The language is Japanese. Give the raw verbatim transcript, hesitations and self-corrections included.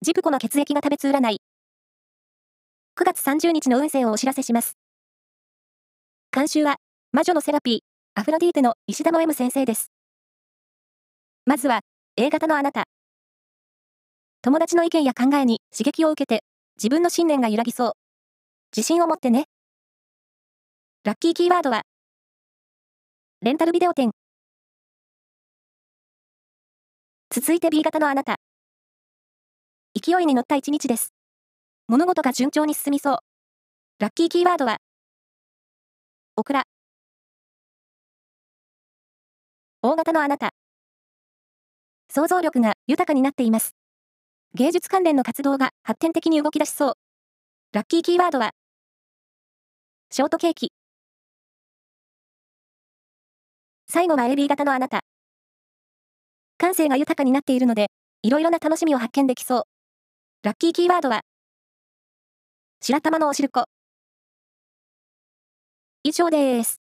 ジプコの血液が食べつ占い。くがつさんじゅうにちの運勢をお知らせします。監修は、魔女のセラピー、アフロディーテの石田の M 先生です。まずは、A 型のあなた。友達の意見や考えに刺激を受けて、自分の信念が揺らぎそう。自信を持ってね。ラッキーキーワードは、レンタルビデオ店。続いて B 型のあなた。勢いに乗った一日です。物事が順調に進みそう。ラッキーキーワードは、オクラ。O 型のあなた。想像力が豊かになっています。芸術関連の活動が発展的に動き出しそう。ラッキーキーワードは、ショートケーキ。最後は エービー 型のあなた。感性が豊かになっているので、いろいろな楽しみを発見できそう。ラッキーキーワードは、白玉のおしるこ。以上です。